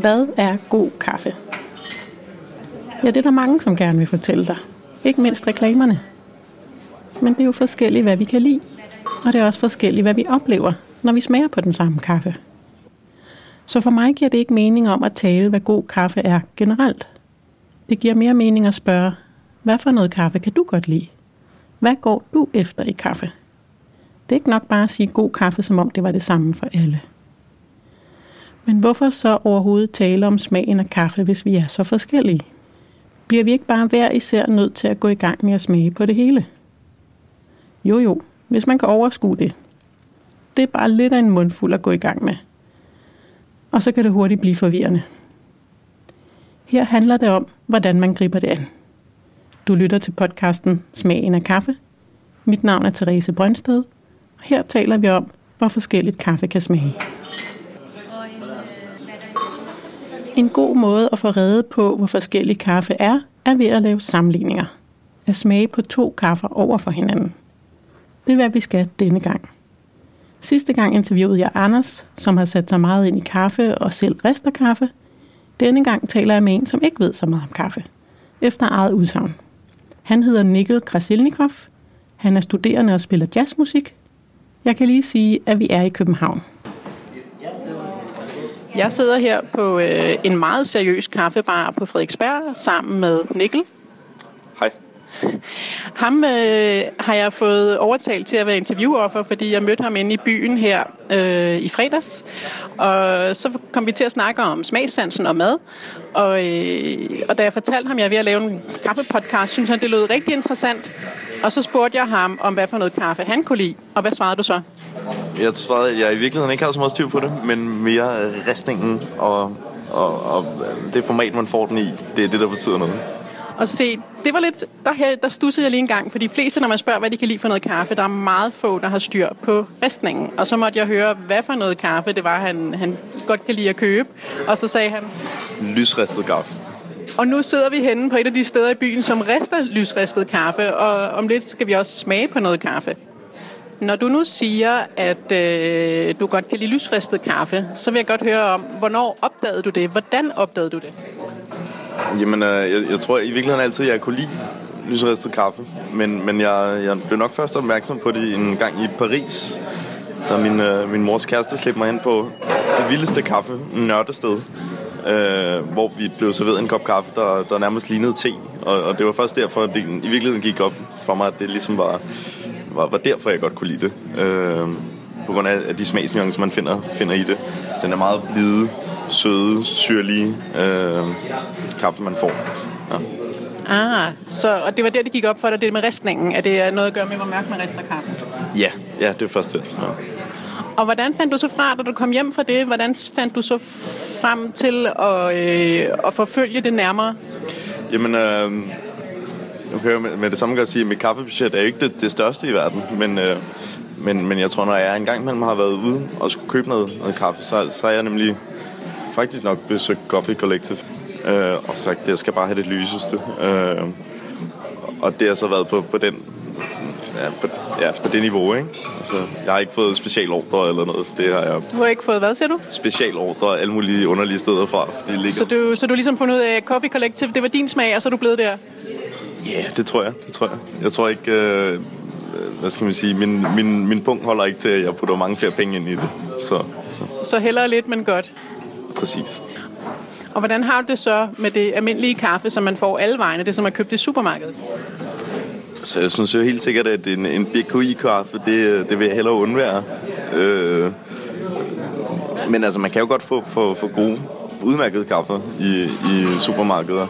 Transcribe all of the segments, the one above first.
Hvad er god kaffe? Ja, det er der mange, som gerne vil fortælle dig. Ikke mindst reklamerne. Men det er jo forskelligt, hvad vi kan lide. Og det er også forskelligt, hvad vi oplever, når vi smager på den samme kaffe. Så for mig giver det ikke mening om at tale, hvad god kaffe er generelt. Det giver mere mening at spørge, hvad for noget kaffe kan du godt lide? Hvad går du efter i kaffe? Det er ikke nok bare at sige god kaffe, som om det var det samme for alle. Men hvorfor så overhovedet tale om smagen af kaffe, hvis vi er så forskellige? Bliver vi ikke bare hver især nødt til at gå i gang med at smage på det hele? Jo, hvis man kan overskue det. Det er bare lidt af en mundfuld at gå i gang med. Og så kan det hurtigt blive forvirrende. Her handler det om, hvordan man griber det an. Du lytter til podcasten Smagen af kaffe. Mit navn er Therese Brøndsted, og her taler vi om, hvor forskelligt kaffe kan smage. En god måde at få rede på, hvor forskellig kaffe er ved at lave sammenligninger. At smage på 2 kaffer over for hinanden. Det er, hvad vi skal denne gang. Sidste gang interviewede jeg Anders, som har sat sig meget ind i kaffe og selv rester kaffe. Denne gang taler jeg med en, som ikke ved så meget om kaffe. Efter eget udsagn. Han hedder Nikkel Krasilnikov. Han er studerende og spiller jazzmusik. Jeg kan lige sige, at vi er i København. Jeg sidder her på en meget seriøs kaffebar på Frederiksberg sammen med Nikkel. Hej. Ham har jeg fået overtalt til at være interviewoffer, fordi jeg mødte ham inde i byen her i fredags. Og så kom vi til at snakke om smagssansen og mad. Og da jeg fortalte ham, at jeg er ved at lave en kaffepodcast, synes han, det lød rigtig interessant. Og så spurgte jeg ham om, hvad for noget kaffe han kunne lide. Og hvad svarede du så? Jeg svarede, at jeg i virkeligheden ikke har så meget styr på det, men mere ristningen og det format, man får den i, det er det, der betyder noget. Og se, det var lidt, der stussede jeg lige en gang, for de fleste, når man spørger, hvad de kan lide for noget kaffe, der er meget få, der har styr på ristningen. Og så måtte jeg høre, hvad for noget kaffe det var, han godt kan lide at købe. Og så sagde han... Lysristet kaffe. Og nu sidder vi henne på et af de steder i byen, som rester lysristet kaffe, og om lidt skal vi også smage på noget kaffe. Når du nu siger, at du godt kan lide lysristet kaffe, så vil jeg godt høre om, hvornår opdagede du det? Hvordan opdagede du det? Jamen, jeg tror i virkeligheden altid, at jeg kunne lide lysristet kaffe. Men jeg blev nok først opmærksom på det en gang i Paris, da min mors kæreste slæbte mig hen på det vildeste kaffe-nørdested, hvor vi blev serveret en kop kaffe, der nærmest lignede te. Og det var først derfor, at det i virkeligheden gik op for mig, at det ligesom var derfor, jeg godt kunne lide det. På grund af de smagsnuancer, man finder i det. Den er meget blide, søde, syrlige kaffe, man får. Ja. Og det var der, det gik op for dig, det med ristningen. Er det noget at gøre med, hvor mørkt man rister kaffen? Ja, det er først det. Ja. Og hvordan fandt du så fra, da du kom hjem fra det? Hvordan fandt du så frem til at forfølge det nærmere? Jamen, okay, med det samme kan jeg sige, at mit kaffebudget er jo ikke det største i verden, men jeg tror, når jeg engang imellem har været ude og skulle købe noget kaffe, så har jeg nemlig faktisk nok besøgt Coffee Collective og sagt, at jeg skal bare have det lyseste. Og det har så været på den... på det niveau, ikke? Altså, jeg har ikke fået specialordre eller noget. Det har jeg. Du har ikke fået hvad, siger du? Specialordre og alle mulige underlige steder fra. Så du ligesom fundet ud af Coffee Collective, det var din smag, og så er du blevet der? Ja, det tror jeg. Jeg tror ikke... hvad skal man sige? Min punkt holder ikke til, at jeg putter mange flere penge ind i det. Så hellere lidt, men godt. Præcis. Og hvordan har du det så med det almindelige kaffe, som man får alle vegne, det som er købt i supermarkedet? Så jeg synes jo helt sikkert, at en BKI-kaffe, det vil jeg hellere undvære. Men altså, man kan jo godt få gode, udmærkede kaffe i supermarkeder.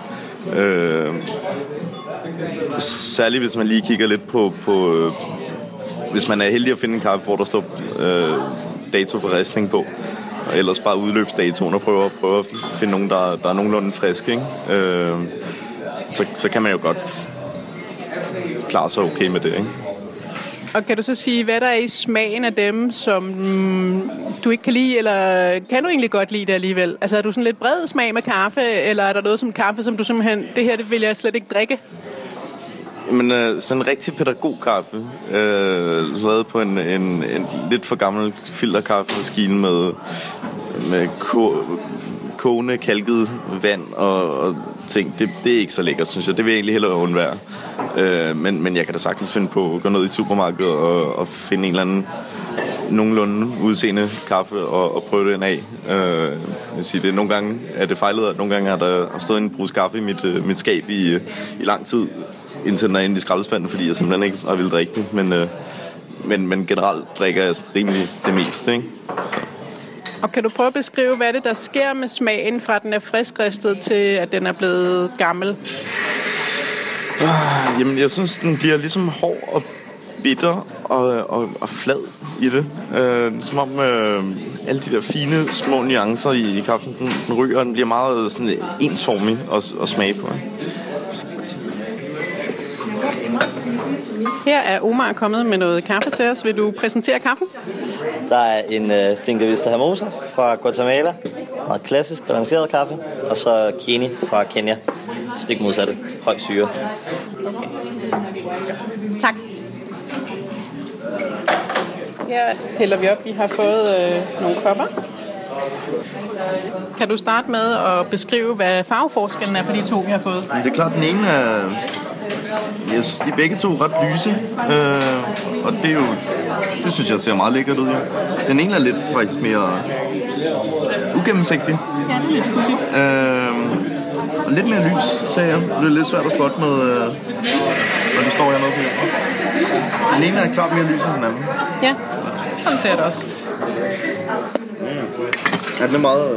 Særligt hvis man lige kigger lidt på hvis man er heldig at finde en kaffe, hvor der står dato for ristning på, og ellers bare udløbsdatoen og prøve at finde nogen, der er nogenlunde friske, ikke? Så kan man jo godt klare sig okay med det, ikke? Og kan du så sige, hvad der er i smagen af dem, som du ikke kan lide, eller kan du egentlig godt lide det alligevel? Altså er du sådan lidt bred smag med kaffe, eller er der noget som kaffe, som du simpelthen, det vil jeg slet ikke drikke? Men sådan en rigtig pædagogkaffe, lavet på en lidt for gammel filterkaffemaskine med med kogende, kalket vand og ting. Det er ikke så lækkert, synes jeg. Det vil jeg egentlig hellere undvære. Men jeg kan da sagtens finde på at gå ned i supermarkedet og finde en eller anden nogenlunde udseende kaffe og prøve den af. Jeg vil sige, nogle gange er det fejlet, og nogle gange har der stået en brus kaffe i mit skab i lang tid, indtil den er inde i skraldespanden, fordi jeg simpelthen ikke har vildt drikke den. Men generelt drikker jeg rimelig det meste, ikke? Så. Og kan du prøve at beskrive, hvad det der sker med smagen, fra den er friskristet til, at den er blevet gammel? Jamen, jeg synes, den bliver ligesom hård og bitter og flad i det. Som om alle de der fine, små nuancer i kaffen, den ryger, og den bliver meget sådan ensformig at smage på. Her er Omar kommet med noget kaffe til os. Vil du præsentere kaffen? Der er en Finca Vista Hermosa fra Guatemala, meget klassisk balanceret kaffe, og så Kieni fra Kenya, stik modsatte, høj syre. Okay. Tak. Her hælder vi op. Vi har fået nogle kopper. Kan du starte med at beskrive, hvad farveforskellen er på de to, vi har fået? Det er klart, den ene er... Jeg synes, de er begge to ret lyse, og det er jo... Det synes jeg ser meget lækkert ud, ja. Den ene er lidt faktisk mere ugennemsigtig. Ja, det er lidt pudsigt. Og lidt mere lys, sagde jeg. Det er lidt svært at spotte med, når det står hernede på hjemme. Den ene er klart mere lys end den anden. Ja, sådan ser det også. Ja, den er meget...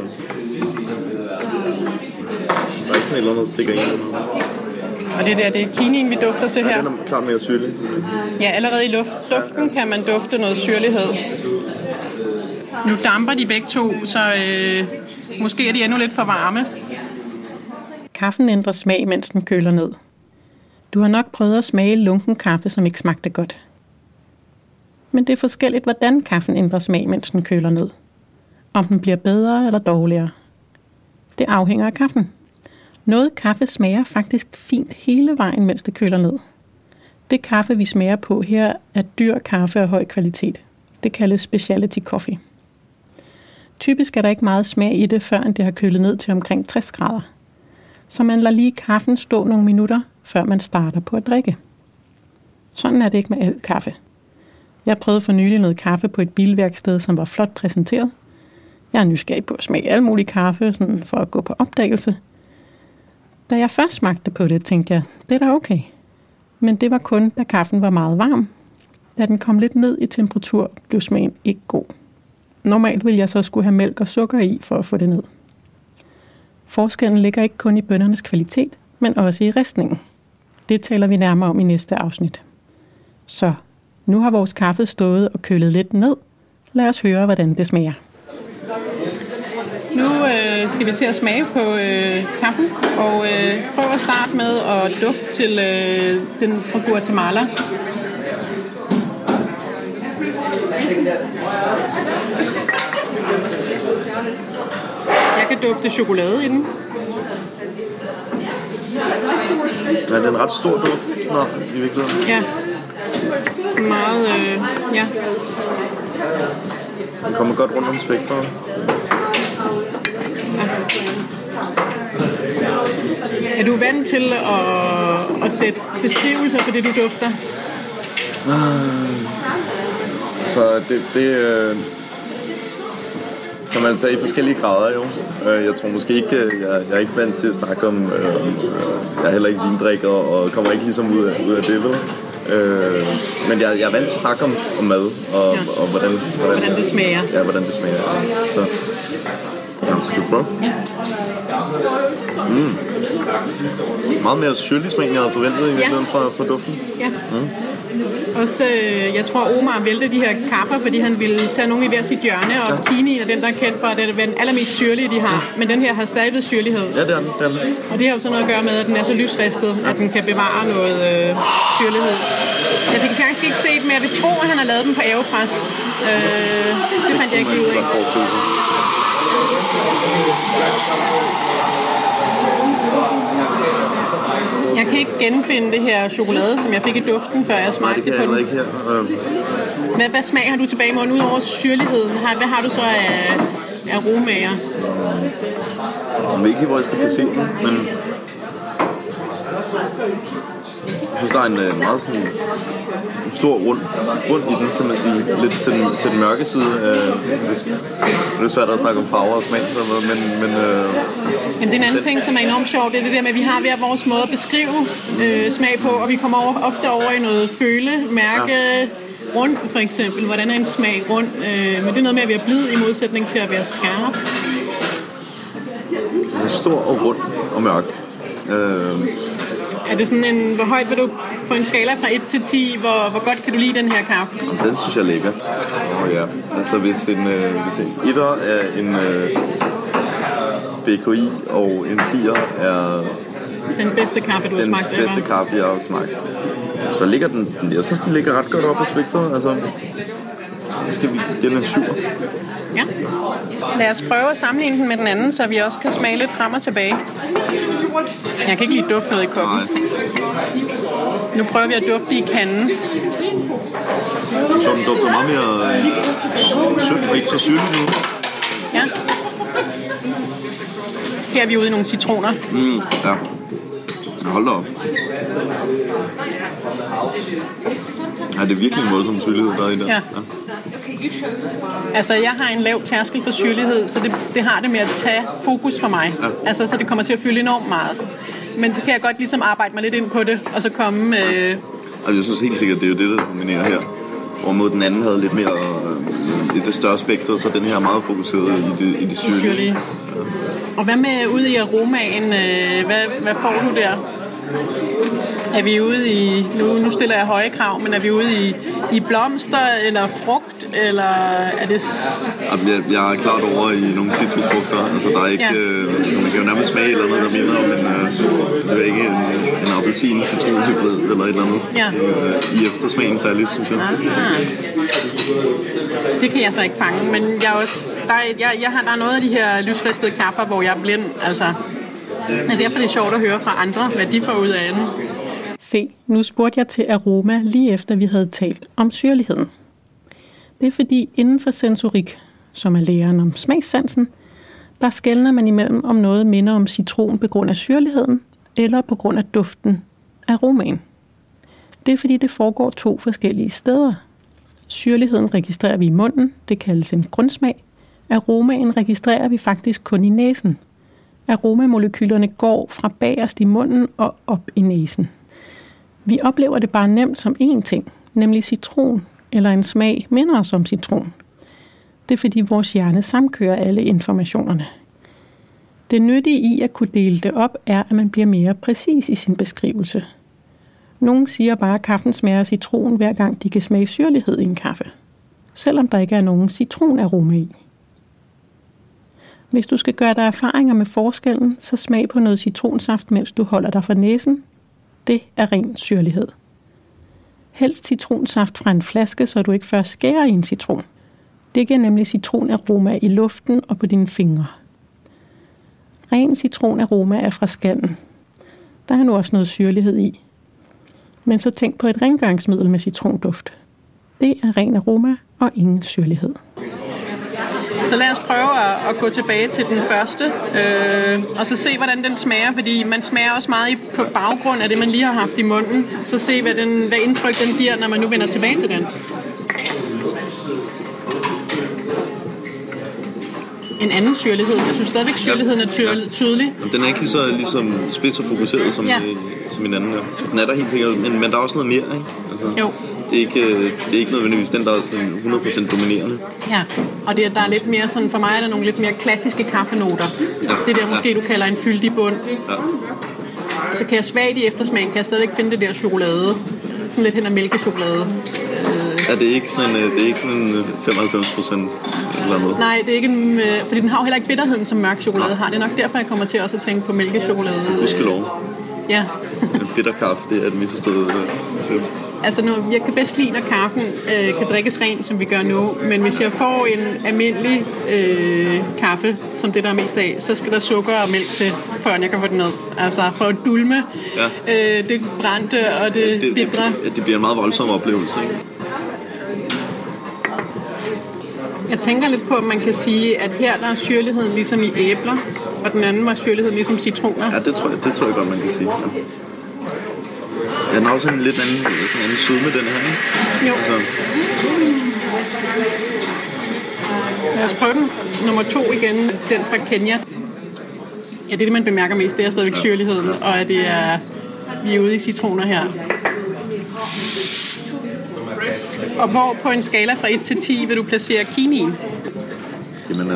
Der er ikke sådan et eller andet, der stikker ind. Og det er kinien, vi dufter til her. Ja, den er klart mere syrlig. Ja, allerede i duften kan man dufte noget syrlighed. Nu damper de begge to, så måske er de endnu lidt for varme. Kaffen ændrer smag, mens den køler ned. Du har nok prøvet at smage lunken kaffe, som ikke smagte godt. Men det er forskelligt, hvordan kaffen ændrer smag, mens den køler ned. Om den bliver bedre eller dårligere. Det afhænger af kaffen. Noget kaffe smager faktisk fint hele vejen, mens det køler ned. Det kaffe, vi smager på her, er dyr kaffe af høj kvalitet. Det kaldes specialty coffee. Typisk er der ikke meget smag i det, før det har kølet ned til omkring 60 grader. Så man lader lige kaffen stå nogle minutter, før man starter på at drikke. Sådan er det ikke med al kaffe. Jeg prøvede for nylig noget kaffe på et bilværksted, som var flot præsenteret. Jeg er nysgerrig på at smage al mulig kaffe, sådan for at gå på opdagelse. Da jeg først smagte på det, tænkte jeg, det er da okay. Men det var kun, da kaffen var meget varm. Da den kom lidt ned i temperatur, blev smagen ikke god. Normalt ville jeg så skulle have mælk og sukker i for at få det ned. Forskellen ligger ikke kun i bønnernes kvalitet, men også i ristningen. Det taler vi nærmere om i næste afsnit. Så nu har vores kaffe stået og kølet lidt ned. Lad os høre, hvordan det smager. Nu skal vi til at smage på kaffen, og prøv at starte med at dufte til den fra Guatemala. Jeg kan dufte chokolade i den. Ja, det er en ret stor duft, i virkeligheden. Ja, så meget, ja. Den kommer godt rundt om spektret. Er du vant til at sætte beskrivelser på det, du dufter? Så det kan man sige i forskellige grader jo. Jeg tror måske ikke, jeg er ikke vant til at snakke om, jeg er heller ikke vindrikker og kommer ikke ligesom ud af det, vel? Men jeg er vant til at snakke om mad og hvordan det smager. Ja, hvordan det smager. Så skal du prøve? Ja. Meget mere syrlig smag, jeg havde forventet i virkeligheden fra duften. Ja. Også, jeg tror, Omar vælte de her kaffer, fordi han ville tage nogle i hver sit hjørne, og Kieni er den, der er kendt for, at det er den allermest syrlige, de har. Men den her har stadig syrlighed. Ja, det er den. Og det har jo sådan noget at gøre med, at den er så lysristet, at den kan bevare noget syrlighed. Jeg fik faktisk ikke set, men jeg vil tro, at han har lavet den på airpress. Det fandt jeg ikke ud af. Jeg kan ikke genfinde det her chokolade, som jeg fik i duften, før jeg smagte på den. Nej, det kan jeg ikke her. Hvad smag har du tilbage i munden, udover syrligheden? Hvad har du så af aromaer? Jeg ved ikke, hvor jeg skal placere den, men jeg synes, der er en meget sådan stor rund i den, kan man sige. Lidt til den mørke side. Det er svært at snakke om farver og smag, men det er en anden ting, som er enormt sjovt. Det er det der med, at vi har hver vores måde at beskrive smag på, og vi kommer ofte over i noget føle, mærke, rund for eksempel. Hvordan er en smag rund? Men det er noget med at være blid i modsætning til at være skarp. Stor og rund og mørk. Er det sådan en, hvor højt vil du på en skala fra 1 til 10, hvor godt kan du lide den her kaffe? Den synes jeg er lækker. Ja. Altså hvis en etter er en BKI, og en 10'er er den bedste kaffe, du har smagt. Den bedste kaffe, jeg har smagt. Så ligger den, jeg synes, den ligger ret godt op på spektret. Altså, den er 7. Ja. Lad os prøve at sammenligne den med den anden, så vi også kan smage lidt frem og tilbage. Jeg kan ikke lige dufte noget i koppen. Nu prøver vi at dufte i kanden. Så den dufter meget mere sødt og ikke så syrligt nu. Ja. Her er vi ude i nogle citroner. Ja. Hold da op. Ja, det er virkelig en voldsom syrlighed, der er i der. Ja. Altså, jeg har en lav tærskel for syrlighed, så det har det med at tage fokus for mig. Ja. Altså, så det kommer til at fylde enormt meget. Men så kan jeg godt ligesom arbejde mig lidt ind på det, og så komme med... Altså, jeg synes helt sikkert, det er jo det, der dominerer her. Hvorimod den anden havde lidt mere det større spektrum, så den her er meget fokuseret i det syrlige. Og hvad med ude i aromaen? Hvad får du der? Er vi ude i... Nu stiller jeg høje krav, men er vi ude i blomster eller frugt, eller er det... Jeg er klart over i nogle citrusfrugter. Altså, der er ikke... Altså, man kan jo nærmest smage eller noget, der minder om det er ikke en appelsin, citronhybrid eller et eller andet. Ja. I eftersmagen særligt, synes jeg. Det kan jeg så ikke fange, men jeg er også... Der er noget af de her lysristede kaffer, hvor jeg er blind, altså... Men derfor er det sjovt at høre fra andre, hvad de får ud af den. Se, nu spurgte jeg til aroma lige efter vi havde talt om syrligheden. Det er fordi inden for sensorik, som er læren om smagssansen, der skelner man imellem om noget minder om citron på grund af syrligheden, eller på grund af duften af aromaen. Det er fordi det foregår 2 forskellige steder. Syrligheden registrerer vi i munden, det kaldes en grundsmag. Aromaen registrerer vi faktisk kun i næsen. Aromamolekylerne går fra bagerst i munden og op i næsen. Vi oplever det bare nemt som én ting, nemlig citron, eller en smag minder os om citron. Det er fordi vores hjerne samkører alle informationerne. Det nyttige i at kunne dele det op er, at man bliver mere præcis i sin beskrivelse. Nogle siger bare, at kaffen smager af citron, hver gang de kan smage syrlighed i en kaffe, selvom der ikke er nogen citronaroma i. Hvis du skal gøre dig erfaringer med forskellen, så smag på noget citronsaft, mens du holder dig for næsen. Det er ren syrlighed. Helst citronsaft fra en flaske, så du ikke først skærer i en citron. Det giver nemlig citronaroma i luften og på dine fingre. Ren citronaroma er fra skallen. Der er nu også noget syrlighed i. Men så tænk på et rengøringsmiddel med citronduft. Det er ren aroma og ingen syrlighed. Så lad os prøve at gå tilbage til den første, og så se, hvordan den smager, fordi man smager også meget på baggrund af det, man lige har haft i munden. Så se, hvad indtryk den giver, når man nu vender tilbage til den. En anden syrlighed. Jeg synes stadigvæk, syrligheden er tydelig. Den er ikke ligesom spids og fokuseret som en anden. Den er der helt sikkert, men der er også noget mere, ikke? Altså, jo. Det er ikke nødvendigvis den, der er sådan 100% dominerende. Ja, og der er lidt mere sådan, for mig er der nogle lidt mere klassiske kaffenoter. Ja. Det der måske du kalder en fyldig bund. Ja. Så kan jeg svagt i eftersmagen, kan jeg stadigvæk finde det der chokolade. Sådan lidt hen ad mælkechokolade. Ja, det er ikke sådan en 95% eller noget. Nej, det er ikke fordi den har jo heller ikke bitterheden, som mørk chokolade har. Det er nok derfor, jeg kommer til også at tænke på mælkechokolade. Gudskelov. Ja. Bitter kaffe, det er den misforståede. Altså, jeg kan bedst lide, når kaffen kan drikkes rent, som vi gør nu. Men hvis jeg får en almindelig kaffe, som det der er mest af, så skal der sukker og mælk til, før jeg kan få den ned. Altså, for at dulme det brændte og det bitre. Det bliver en meget voldsom oplevelse, ikke? Jeg tænker lidt på, at man kan sige, at her der er syrligheden ligesom i æbler, og den anden var syrligheden ligesom citroner. Ja, det tror jeg godt, man kan sige. Ja. Den har også en lidt anden sødme, den her, ikke? Jo. Så. Lad os prøve den. Nummer 2 igen, den fra Kenya. Ja, det man bemærker mest, det er stadigvæk syrligheden, og at det er, vi er ude i citroner her. Og hvor på en skala fra 1 til 10 vil du placere kinien? Jamen,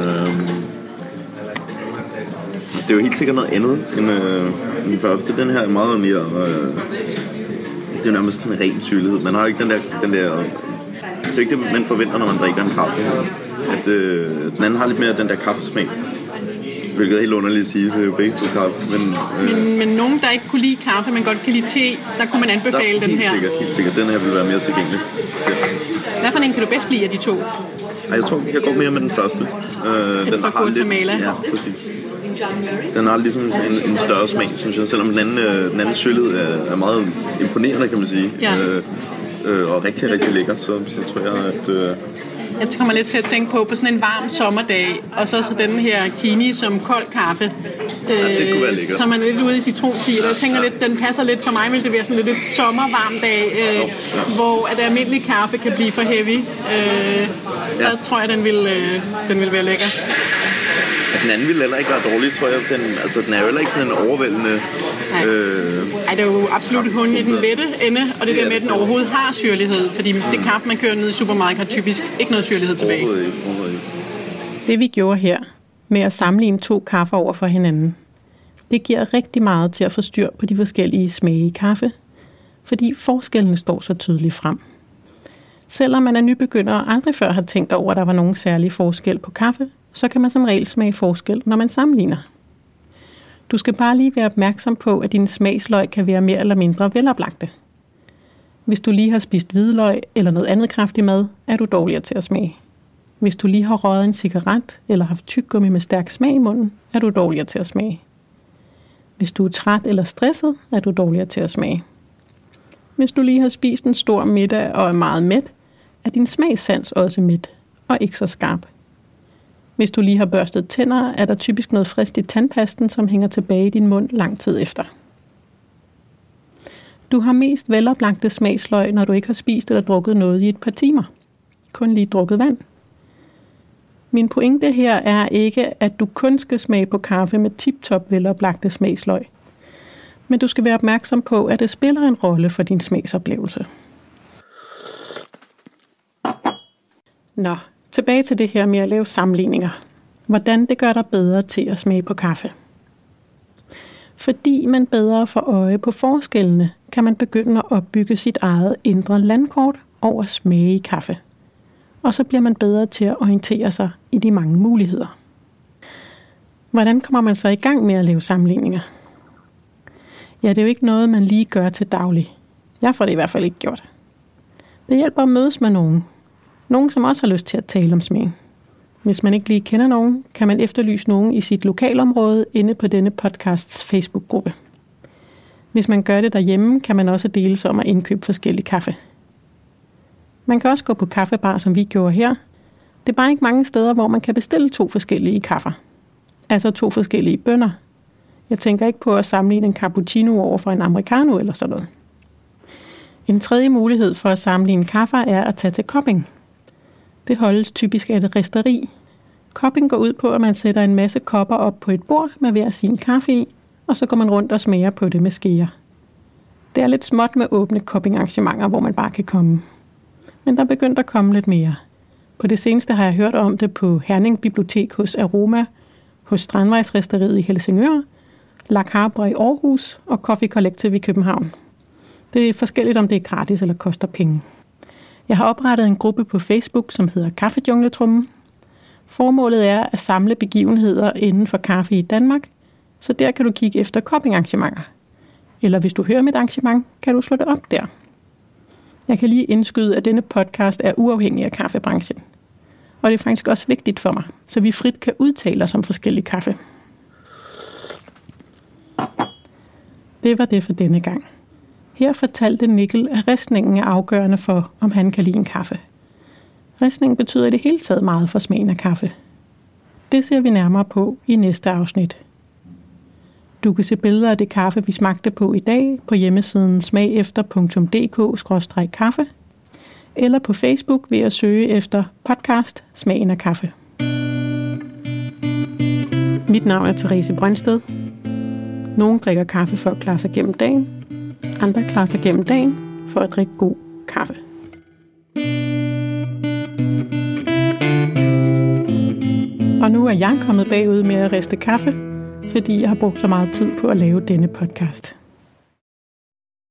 det er jo helt sikkert noget andet end den første. Den her er meget mere... det er jo nærmest en ren syrlighed. Man har jo ikke den der... Det er ikke det, man forventer, når man drikker en kaffe. At, den anden har lidt mere den der kaffesmag. Hvilket er helt underligt at sige, for det er jo begge to kaffe. Men nogen, der ikke kunne lide kaffe, men godt kan lide te, der kunne man anbefale den her. Helt sikkert. Den her vil være mere tilgængelig. Ja. Hvad for en kan du bedst lide af de to? Jeg tror, jeg går mere med den første. Den fra Guatemala? Ja, præcis. Den har ligesom en større smag, synes jeg. Selvom den anden sølvhed er meget imponerende, kan man sige. Ja. Og rigtig, rigtig lækker, så tror jeg, at... Jeg kommer lidt til at tænke på sådan en varm sommerdag, og så den her kini som kold kaffe, som er lidt ude i citronti. Jeg tænker lidt, den passer lidt for mig, vil det være sådan lidt sommervarm dag, hvor at almindelig kaffe kan blive for heavy. Der tror jeg, den vil være lækker. Den anden ville heller ikke være dårlig, tror jeg. Den er jo heller ikke sådan en overvældende... det er jo absolut hunden i den lette ende, og det der med, at den overhovedet har syrlighed. Fordi det kaffe, man kører ned i supermarkedet, har typisk ikke noget syrlighed tilbage. Det vi gjorde her, med at sammenligne 2 kaffer over for hinanden, det giver rigtig meget til at få styr på de forskellige smage i kaffe, fordi forskellene står så tydeligt frem. Selvom man er nybegynder og aldrig før har tænkt over, at der var nogen særlig forskel på kaffe, så kan man som regel smage forskel, når man sammenligner. Du skal bare lige være opmærksom på, at dine smagsløg kan være mere eller mindre veloplagte. Hvis du lige har spist hvidløg eller noget andet kraftig mad, er du dårligere til at smage. Hvis du lige har røget en cigaret eller haft tyggegummi med stærk smag i munden, er du dårligere til at smage. Hvis du er træt eller stresset, er du dårligere til at smage. Hvis du lige har spist en stor middag og er meget mæt, er din smagssans også mæt og ikke så skarp. Hvis du lige har børstet tænder, er der typisk noget frisk i tandpasten, som hænger tilbage i din mund lang tid efter. Du har mest veloplagte smagsløg, når du ikke har spist eller drukket noget i et par timer. Kun lige drukket vand. Min pointe her er ikke, at du kun skal smage på kaffe med tip-top veloplagte smagsløg. Men du skal være opmærksom på, at det spiller en rolle for din smagsoplevelse. Nå, tilbage til det her med at lave sammenligninger. Hvordan det gør dig bedre til at smage på kaffe. Fordi man bedre får øje på forskellene, kan man begynde at opbygge sit eget indre landkort over smage i kaffe. Og så bliver man bedre til at orientere sig i de mange muligheder. Hvordan kommer man så i gang med at lave sammenligninger? Ja, det er jo ikke noget, man lige gør til daglig. Jeg får det i hvert fald ikke gjort. Det hjælper at mødes med nogen. Nogen, som også har lyst til at tale om smagen. Hvis man ikke lige kender nogen, kan man efterlyse nogen i sit lokalområde inde på denne podcasts Facebook-gruppe. Hvis man gør det derhjemme, kan man også dele sig om at indkøbe forskellig kaffe. Man kan også gå på kaffebar, som vi gjorde her. Det er bare ikke mange steder, hvor man kan bestille 2 forskellige kaffer. Altså 2 forskellige bønner. Jeg tænker ikke på at sammenligne en cappuccino over for en americano eller sådan noget. En tredje mulighed for at sammenligne kaffer er at tage til cupping. Det holdes typisk af et risteri. Cupping går ud på, at man sætter en masse kopper op på et bord med hver sin kaffe i, og så går man rundt og smager på det med skeer. Det er lidt småt med åbne cupping-arrangementer, hvor man bare kan komme. Men der er begyndt at komme lidt mere. På det seneste har jeg hørt om det på Herning Bibliotek hos Aroma, hos Strandvejsristeriet i Helsingør, La Cabre i Aarhus og Coffee Collective i København. Det er forskelligt, om det er gratis eller koster penge. Jeg har oprettet en gruppe på Facebook, som hedder Kaffejungletrummen. Formålet er at samle begivenheder inden for kaffe i Danmark, så der kan du kigge efter cupping-arrangementer. Eller hvis du hører mit arrangement, kan du slå det op der. Jeg kan lige indskyde, at denne podcast er uafhængig af kaffebranchen. Og det er faktisk også vigtigt for mig, så vi frit kan udtale os om forskellige kaffe. Det var det for denne gang. Her fortalte Nikkel, at ristningen er afgørende for, om han kan lide en kaffe. Ristning betyder i det hele taget meget for smagen af kaffe. Det ser vi nærmere på i næste afsnit. Du kan se billeder af det kaffe, vi smagte på i dag på hjemmesiden smagefter.dk/kaffe eller på Facebook ved at søge efter podcast Smagen af kaffe. Mit navn er Therese Brøndsted. Nogle drikker kaffe for at klare sig gennem dagen. Andre klarer sig gennem dagen for at drikke god kaffe. Og nu er jeg kommet bagud med at riste kaffe, fordi jeg har brugt så meget tid på at lave denne podcast.